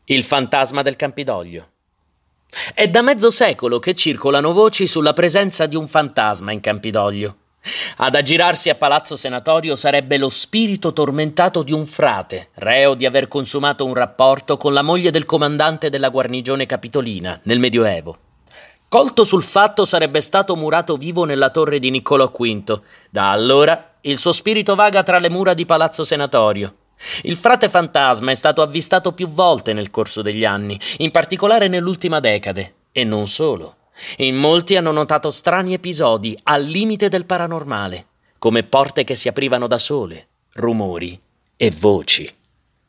Il fantasma del Campidoglio. È da mezzo secolo che circolano voci sulla presenza di un fantasma in Campidoglio. Ad aggirarsi a Palazzo Senatorio sarebbe lo spirito tormentato di un frate, reo di aver consumato un rapporto con la moglie del comandante della guarnigione capitolina nel Medioevo. Colto sul fatto, sarebbe stato murato vivo nella torre di Niccolò V. Da allora il suo spirito vaga tra le mura di Palazzo Senatorio. Il frate fantasma è stato avvistato più volte nel corso degli anni, in particolare nell'ultima decade, e non solo. In molti hanno notato strani episodi al limite del paranormale, come porte che si aprivano da sole, rumori e voci.